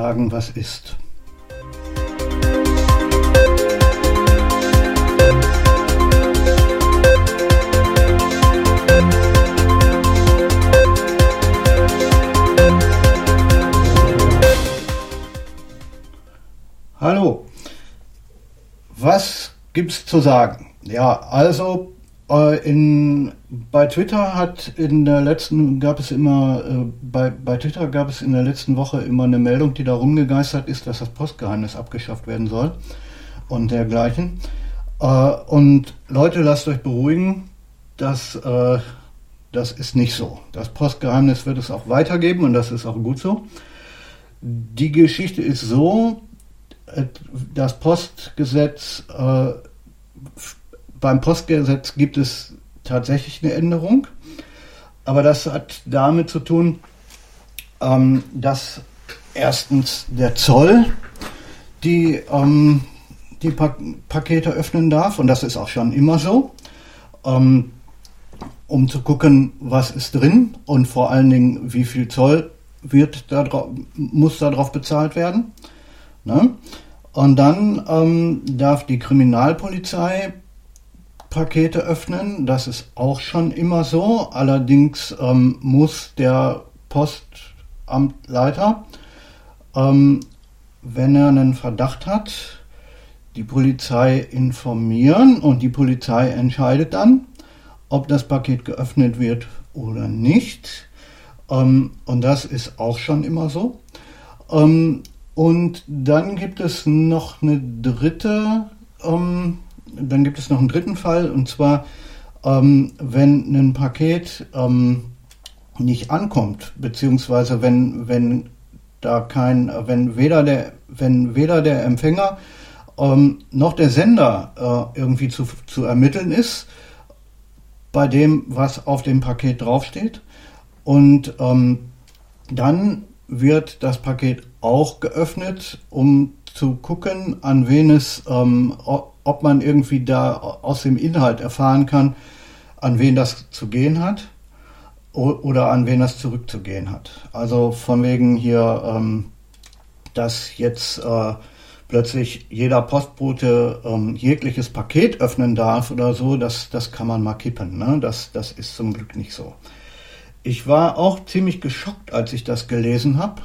sagen, was ist. Hallo, was gibt's zu sagen? Ja, also bei Twitter gab es in der letzten Woche immer eine Meldung, die da rumgegeistert ist, dass das Postgeheimnis abgeschafft werden soll und dergleichen. Und Leute, lasst euch beruhigen, das ist nicht so. Das Postgeheimnis wird es auch weitergeben und das ist auch gut so. Die Geschichte ist so, das Postgesetz, beim Postgesetz gibt es tatsächlich eine Änderung, aber das hat damit zu tun, dass erstens der Zoll die Pakete öffnen darf, und das ist auch schon immer so, um zu gucken, was ist drin und vor allen Dingen, wie viel Zoll muss darauf bezahlt werden. Ne? Und dann darf die Kriminalpolizei Pakete öffnen, das ist auch schon immer so. Allerdings muss der Postamtleiter, wenn er einen Verdacht hat, die Polizei informieren und die Polizei entscheidet dann, ob das Paket geöffnet wird oder nicht. Und das ist auch schon immer so. Und dann gibt es noch einen dritten Fall, und zwar, wenn ein Paket nicht ankommt, beziehungsweise wenn weder der Empfänger noch der Sender irgendwie zu ermitteln ist, bei dem, was auf dem Paket draufsteht. Und dann wird das Paket auch geöffnet, um zu gucken, an wen es, ob man irgendwie da aus dem Inhalt erfahren kann, an wen das zu gehen hat oder an wen das zurückzugehen hat. Also von wegen hier, dass jetzt plötzlich jeder Postbote jegliches Paket öffnen darf oder so, das kann man mal kippen. Ne? Das ist zum Glück nicht so. Ich war auch ziemlich geschockt, als ich das gelesen habe.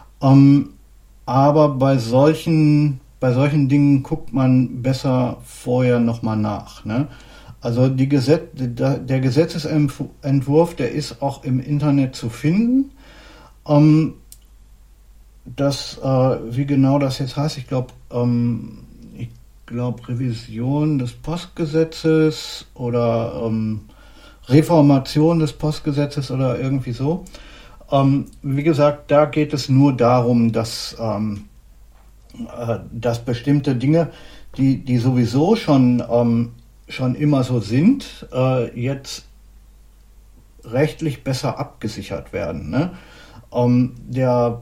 Aber bei solchen Dingen guckt man besser vorher nochmal nach. Ne? Also der Gesetzesentwurf, der ist auch im Internet zu finden. Wie genau das jetzt heißt, ich glaube Revision des Postgesetzes oder Reformation des Postgesetzes oder irgendwie so. Wie gesagt, da geht es nur darum, dass bestimmte Dinge, die sowieso schon immer so sind, jetzt rechtlich besser abgesichert werden. Ne? Der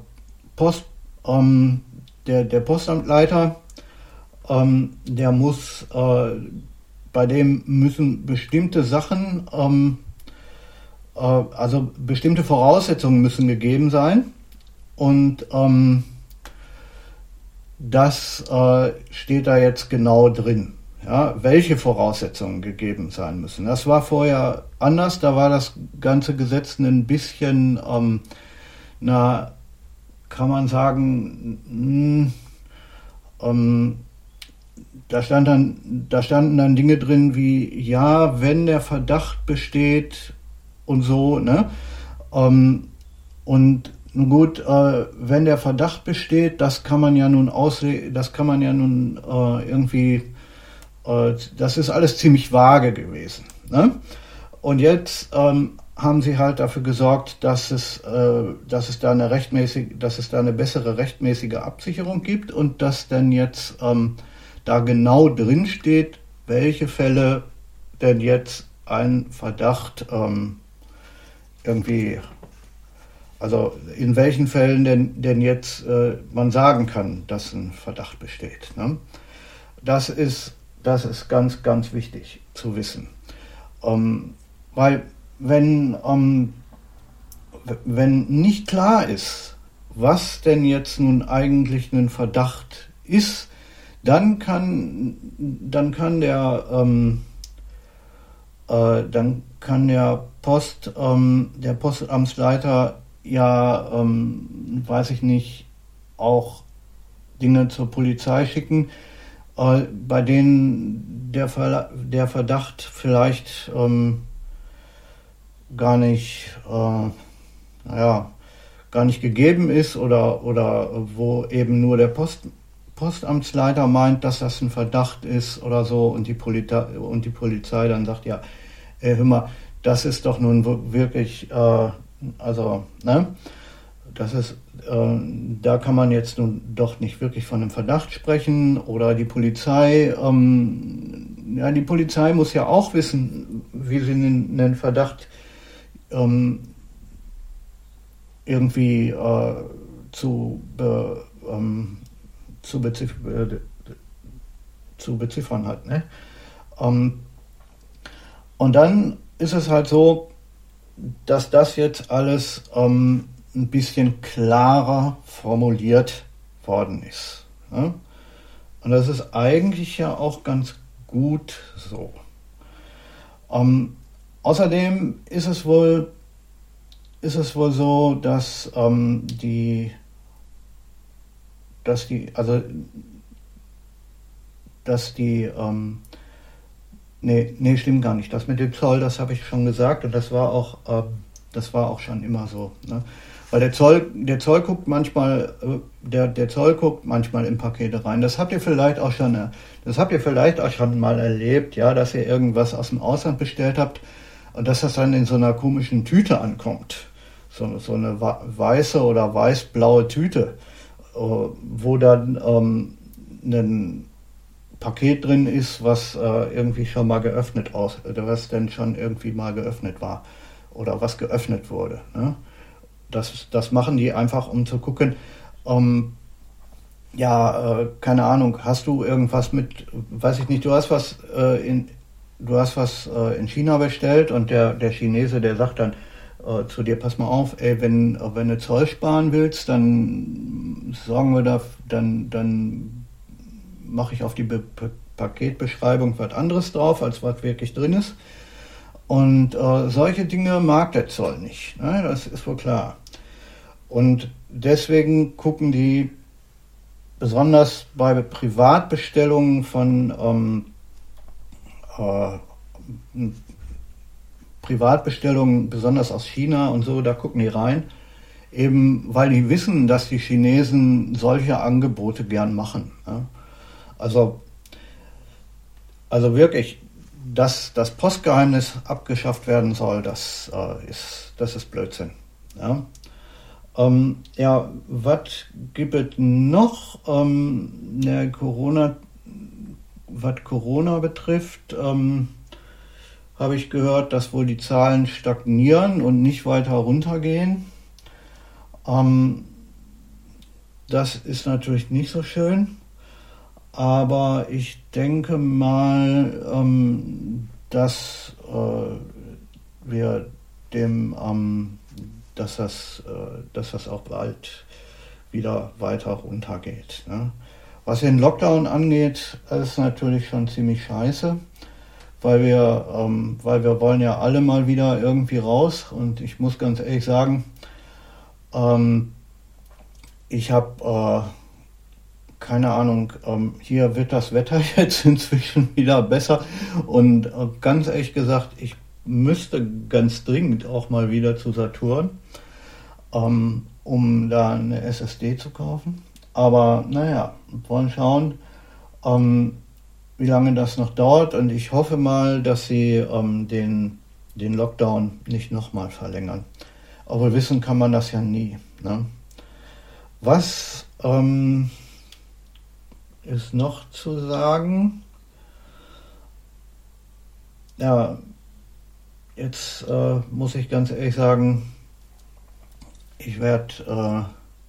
Postamtleiter, bei dem müssen bestimmte Sachen, also bestimmte Voraussetzungen müssen gegeben sein, und das steht da jetzt genau drin, ja, welche Voraussetzungen gegeben sein müssen. Das war vorher anders, da war das ganze Gesetz ein bisschen, kann man sagen, da standen dann Dinge drin wie, ja, wenn der Verdacht besteht und so, ne? Und gut, wenn der Verdacht besteht, das kann man ja nun irgendwie, das ist alles ziemlich vage gewesen, ne? Und jetzt haben sie halt dafür gesorgt, dass es da eine bessere rechtmäßige Absicherung gibt und dass dann jetzt da genau drin steht, welche Fälle denn jetzt ein Verdacht irgendwie, also in welchen Fällen denn jetzt man sagen kann, dass ein Verdacht besteht. Ne? Das ist ganz, ganz wichtig zu wissen. Weil wenn nicht klar ist, was denn jetzt nun eigentlich ein Verdacht ist, dann kann der Postamtsleiter ja, weiß ich nicht, auch Dinge zur Polizei schicken, bei denen der Verdacht vielleicht gar nicht, gar nicht gegeben ist oder wo eben nur der Postamtsleiter meint, dass das ein Verdacht ist oder so und die Polizei dann sagt, ja, hör mal, das ist doch nun wirklich, ne? Das ist, da kann man jetzt nun doch nicht wirklich von einem Verdacht sprechen oder die Polizei, die Polizei muss ja auch wissen, wie sie einen Verdacht irgendwie zu beziffern hat. Ne? Und dann ist es halt so, dass das jetzt alles ein bisschen klarer formuliert worden ist. Ne? Und das ist eigentlich ja auch ganz gut so. Außerdem ist es wohl so, dass nee, stimmt gar nicht. Das mit dem Zoll, das habe ich schon gesagt und das war auch schon immer so. Ne? Weil der Zoll guckt manchmal, der Zoll guckt manchmal in Pakete rein. Das habt ihr vielleicht auch schon mal erlebt, ja, dass ihr irgendwas aus dem Ausland bestellt habt und dass das dann in so einer komischen Tüte ankommt. So eine weiße oder weiß-blaue Tüte, wo dann ein Paket drin ist, was irgendwie schon mal geöffnet oder was denn schon irgendwie mal geöffnet war oder was geöffnet wurde. Ne? Das machen die einfach, um zu gucken, keine Ahnung, hast du irgendwas mit, weiß ich nicht, du hast was in China bestellt und der Chinese, der sagt dann zu dir, pass mal auf, ey, wenn du Zoll sparen willst, dann sorgen wir da, dann mache ich auf die Paketbeschreibung was anderes drauf, als was wirklich drin ist. Und solche Dinge mag der Zoll nicht. Ne? Das ist wohl klar. Und deswegen gucken die besonders bei Privatbestellungen von Privatbestellungen, besonders aus China und so, da gucken die rein. Eben weil die wissen, dass die Chinesen solche Angebote gern machen. Ne? Also wirklich, dass das Postgeheimnis abgeschafft werden soll, das ist Blödsinn. Ja, was gibt es noch? Was Corona betrifft, habe ich gehört, dass wohl die Zahlen stagnieren und nicht weiter runtergehen. Das ist natürlich nicht so schön. Aber ich denke mal, dass das auch bald wieder weiter runtergeht. Ne? Was den Lockdown angeht, ist natürlich schon ziemlich scheiße, weil wir wollen ja alle mal wieder irgendwie raus. Und ich muss ganz ehrlich sagen, ich habe keine Ahnung, hier wird das Wetter jetzt inzwischen wieder besser und ganz ehrlich gesagt, ich müsste ganz dringend auch mal wieder zu Saturn, um da eine SSD zu kaufen. Aber naja, wollen schauen, wie lange das noch dauert und ich hoffe mal, dass sie den Lockdown nicht nochmal verlängern. Aber wissen kann man das ja nie. Ne? Was ist noch zu sagen? Ja, jetzt muss ich ganz ehrlich sagen, ich werde,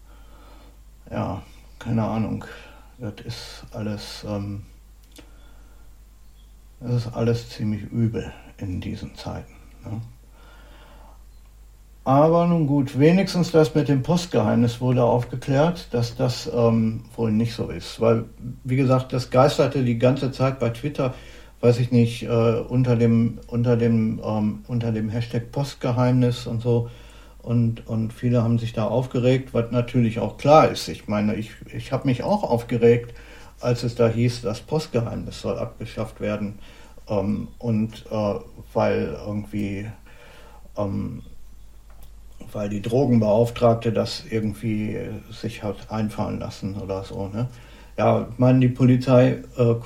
keine Ahnung, das ist alles ziemlich übel in diesen Zeiten. Ne? Aber nun gut, wenigstens das mit dem Postgeheimnis wurde aufgeklärt, dass das wohl nicht so ist. Weil, wie gesagt, das geisterte die ganze Zeit bei Twitter, weiß ich nicht, unter dem Hashtag Postgeheimnis und so. Und viele haben sich da aufgeregt, was natürlich auch klar ist. Ich meine, ich habe mich auch aufgeregt, als es da hieß, das Postgeheimnis soll abgeschafft werden. Weil irgendwie, weil die Drogenbeauftragte das irgendwie sich hat einfallen lassen oder so. Ne? Ja, ich meine, die Polizei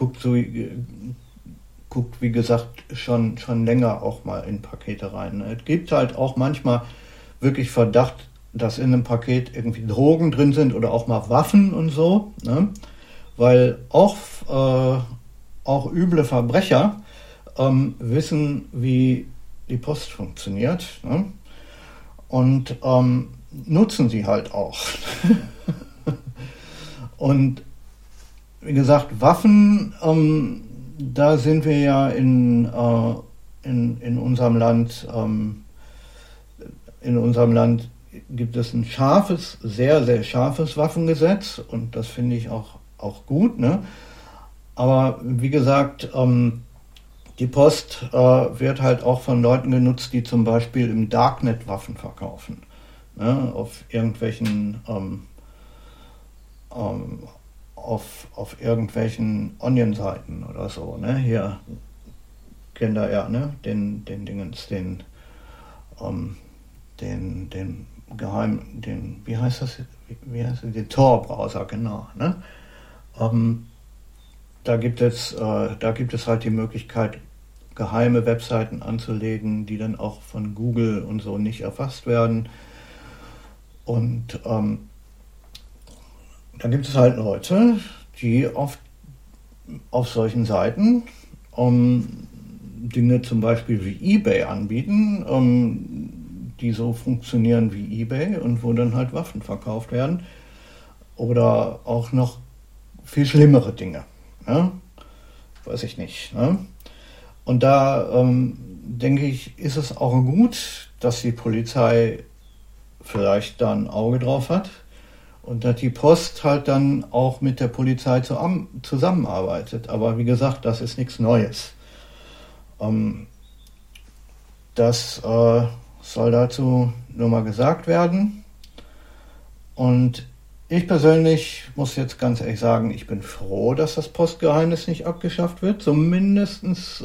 guckt, wie gesagt, schon länger auch mal in Pakete rein. Ne? Es gibt halt auch manchmal wirklich Verdacht, dass in einem Paket irgendwie Drogen drin sind oder auch mal Waffen und so. Ne? Weil auch üble Verbrecher wissen, wie die Post funktioniert, ne? Und nutzen sie halt auch. Und wie gesagt, Waffen, da sind wir ja in unserem Land, gibt es ein sehr, sehr scharfes Waffengesetz und das finde ich auch gut, ne? Aber wie gesagt, die Post wird halt auch von Leuten genutzt, die zum Beispiel im Darknet Waffen verkaufen. Ne? Auf irgendwelchen auf irgendwelchen Onion-Seiten oder so. Ne? Hier kennt ihr ja, ne? Den Dingens, den wie heißt das? Den Tor-Browser, genau. Ne? Da gibt es halt die Möglichkeit, geheime Webseiten anzulegen, die dann auch von Google und so nicht erfasst werden. Und dann gibt es halt Leute, die auf solchen Seiten Dinge zum Beispiel wie eBay anbieten, die so funktionieren wie eBay und wo dann halt Waffen verkauft werden. Oder auch noch viel schlimmere Dinge. Ja? Weiß ich nicht. Ne? Und da denke ich, ist es auch gut, dass die Polizei vielleicht da ein Auge drauf hat und dass die Post halt dann auch mit der Polizei zusammenarbeitet. Aber wie gesagt, das ist nichts Neues. Das soll dazu nur mal gesagt werden. Und ich persönlich muss jetzt ganz ehrlich sagen, ich bin froh, dass das Postgeheimnis nicht abgeschafft wird. Zumindestens,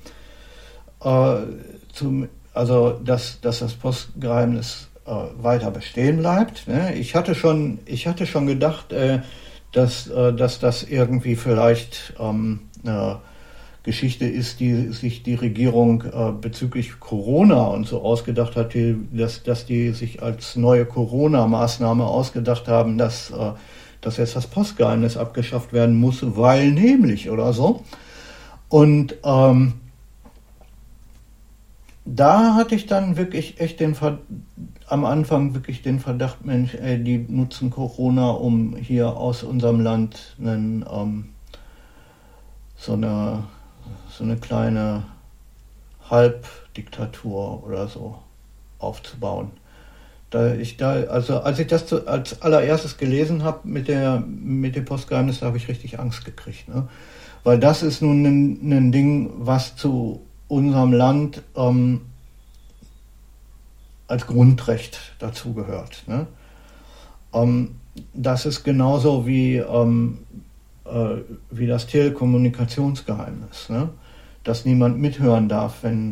also dass das Postgeheimnis weiter bestehen bleibt. Ne? Ich hatte schon gedacht, dass das irgendwie vielleicht eine Geschichte ist, die sich die Regierung bezüglich Corona und so ausgedacht hat, dass die sich als neue Corona-Maßnahme ausgedacht haben, dass jetzt das Postgeheimnis abgeschafft werden muss, weil nämlich oder so. Und da hatte ich dann wirklich echt am Anfang wirklich den Verdacht, Mensch, die nutzen Corona, um hier aus unserem Land so eine kleine Halbdiktatur oder so aufzubauen. Also als ich das als allererstes gelesen habe mit dem Postgeheimnis, da habe ich richtig Angst gekriegt, ne? Weil das ist nun ein Ding, was zu unserem Land als Grundrecht dazugehört. Ne? Das ist genauso wie das Telekommunikationsgeheimnis, ne? Dass niemand mithören darf, wenn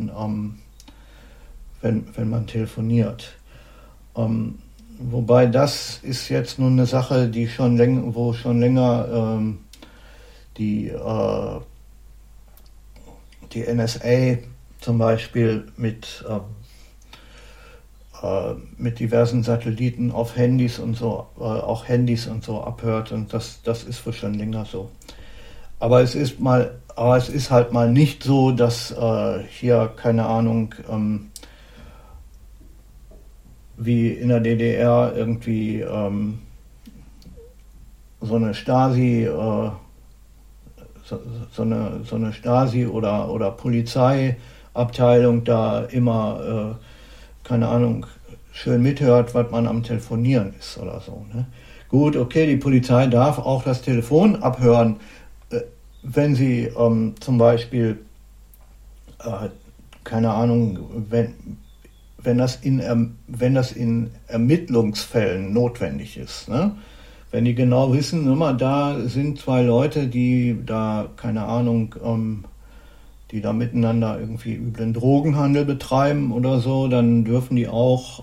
man telefoniert. Wobei das ist jetzt nun eine Sache, wo schon länger die NSA zum Beispiel mit diversen Satelliten auf Handys und so, auch Handys und so abhört, und das ist wohl schon länger so. Aber es ist halt mal nicht so, dass hier, keine Ahnung, wie in der DDR irgendwie so eine Stasi oder Polizeiabteilung da immer keine Ahnung, schön mithört, was man am Telefonieren ist oder so. Ne? Gut, okay, die Polizei darf auch das Telefon abhören, wenn sie zum Beispiel, keine Ahnung, wenn das in Ermittlungsfällen notwendig ist. Ne? Wenn die genau wissen, da sind zwei Leute, die da, keine Ahnung, die da miteinander irgendwie üblen Drogenhandel betreiben oder so, dann dürfen die auch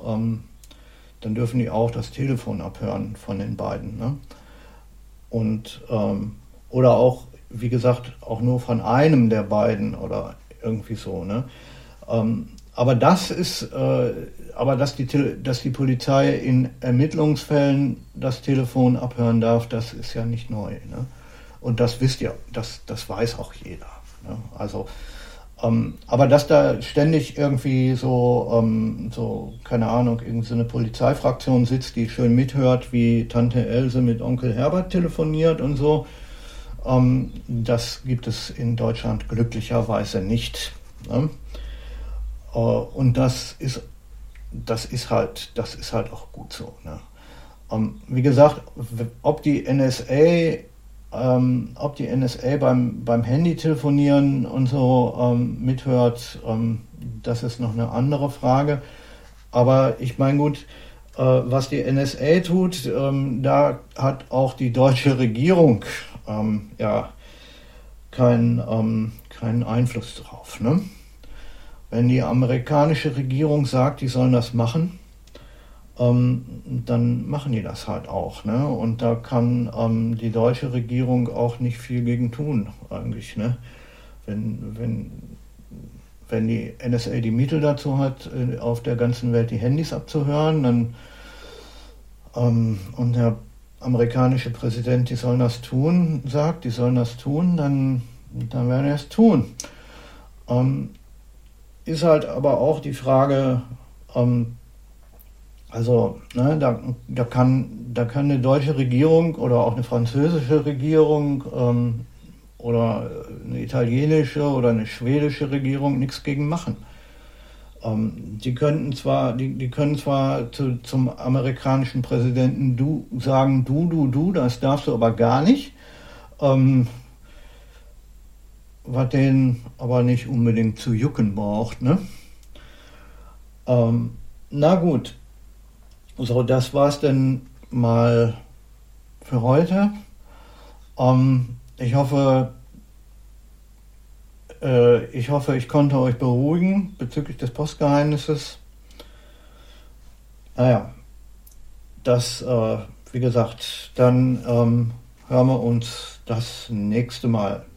das Telefon abhören von den beiden. Ne? Und oder auch, wie gesagt, auch nur von einem der beiden oder irgendwie so. Ne? Aber dass die Polizei in Ermittlungsfällen das Telefon abhören darf, das ist ja nicht neu. Ne? Und das wisst ihr, das weiß auch jeder. Ne? Also, aber dass da ständig irgendwie so, keine Ahnung, irgendeine Polizeifraktion sitzt, die schön mithört, wie Tante Else mit Onkel Herbert telefoniert und so, das gibt es in Deutschland glücklicherweise nicht. Ne? Und das ist halt auch gut so. Ne? Wie gesagt, ob die NSA beim Handy-Telefonieren und so mithört, das ist noch eine andere Frage. Aber ich meine, gut, was die NSA tut, da hat auch die deutsche Regierung keinen Einfluss drauf. Ne? Wenn die amerikanische Regierung sagt, die sollen das machen, dann machen die das halt auch. Ne? Und da kann die deutsche Regierung auch nicht viel gegen tun, eigentlich. Ne? Wenn die NSA die Mittel dazu hat, auf der ganzen Welt die Handys abzuhören, dann und der amerikanische Präsident, die sollen das tun, sagt, die sollen das tun, dann werden die es tun. Ist halt aber auch die Frage, da kann eine deutsche Regierung oder auch eine französische Regierung oder eine italienische oder eine schwedische Regierung nichts gegen machen. Die können zwar zum amerikanischen Präsidenten du sagen, du, das darfst du aber gar nicht, was den aber nicht unbedingt zu jucken braucht. Ne? Na gut, so, das war's denn mal für heute. Ich hoffe, ich konnte euch beruhigen bezüglich des Postgeheimnisses. Naja, wie gesagt, dann hören wir uns das nächste Mal.